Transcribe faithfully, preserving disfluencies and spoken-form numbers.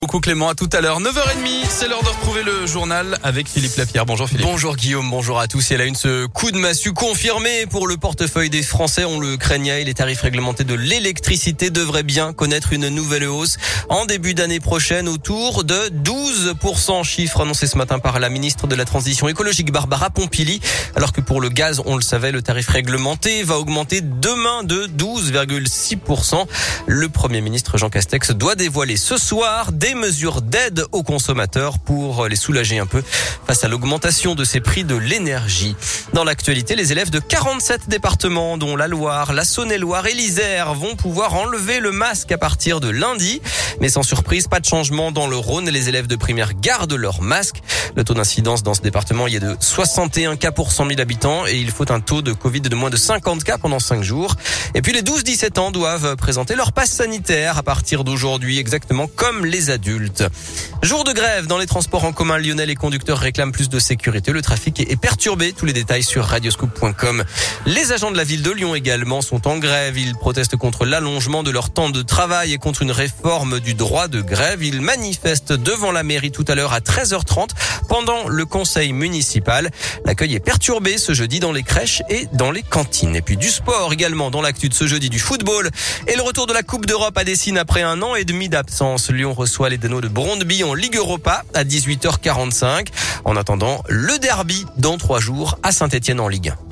Beaucoup Clément, à tout à l'heure. neuf heures trente, c'est l'heure de retrouver le journal avec Philippe Lapierre. Bonjour Philippe. Bonjour Guillaume, bonjour à tous. Et là, une ce coup de massue confirmé pour le portefeuille des Français. On le craignait, les tarifs réglementés de l'électricité devraient bien connaître une nouvelle hausse en début d'année prochaine autour de douze pour cent. Chiffre annoncé ce matin par la ministre de la Transition écologique Barbara Pompili. Alors que pour le gaz, on le savait, le tarif réglementé va augmenter demain de douze virgule six pour cent. Le Premier ministre Jean Castex doit dévoiler ce soir des mesures d'aide aux consommateurs pour les soulager un peu face à l'augmentation de ces prix de l'énergie. Dans l'actualité, les élèves de quarante-sept départements, dont la Loire, la Saône-et-Loire et l'Isère, vont pouvoir enlever le masque à partir de lundi. Mais sans surprise, pas de changement dans le Rhône. Les élèves de primaire gardent leur masque. Le taux d'incidence dans ce département il est de soixante et un cas pour cent mille habitants et il faut un taux de Covid de moins de cinquante cas pendant cinq jours. Et puis les douze dix-sept ans doivent présenter leur passe sanitaire à partir d'aujourd'hui, exactement comme les adultes. Jour de grève dans les transports en commun lyonnais, les conducteurs réclament plus de sécurité. Le trafic est perturbé. Tous les détails sur radioscoop point com. Les agents de la ville de Lyon également sont en grève. Ils protestent contre l'allongement de leur temps de travail et contre une réforme du droit de grève. Ils manifestent devant la mairie tout à l'heure à treize heures trente pendant le conseil municipal. L'accueil est perturbé ce jeudi dans les crèches et dans les cantines. Et puis du sport également dans l'actu de ce jeudi, du football et le retour de la Coupe d'Europe à Dessine après un an et demi d'absence. Lyon reçoit les Danois de Brøndby en Ligue Europa à dix-huit heures quarante-cinq. En attendant, le derby dans trois jours à Saint-Etienne en Ligue un.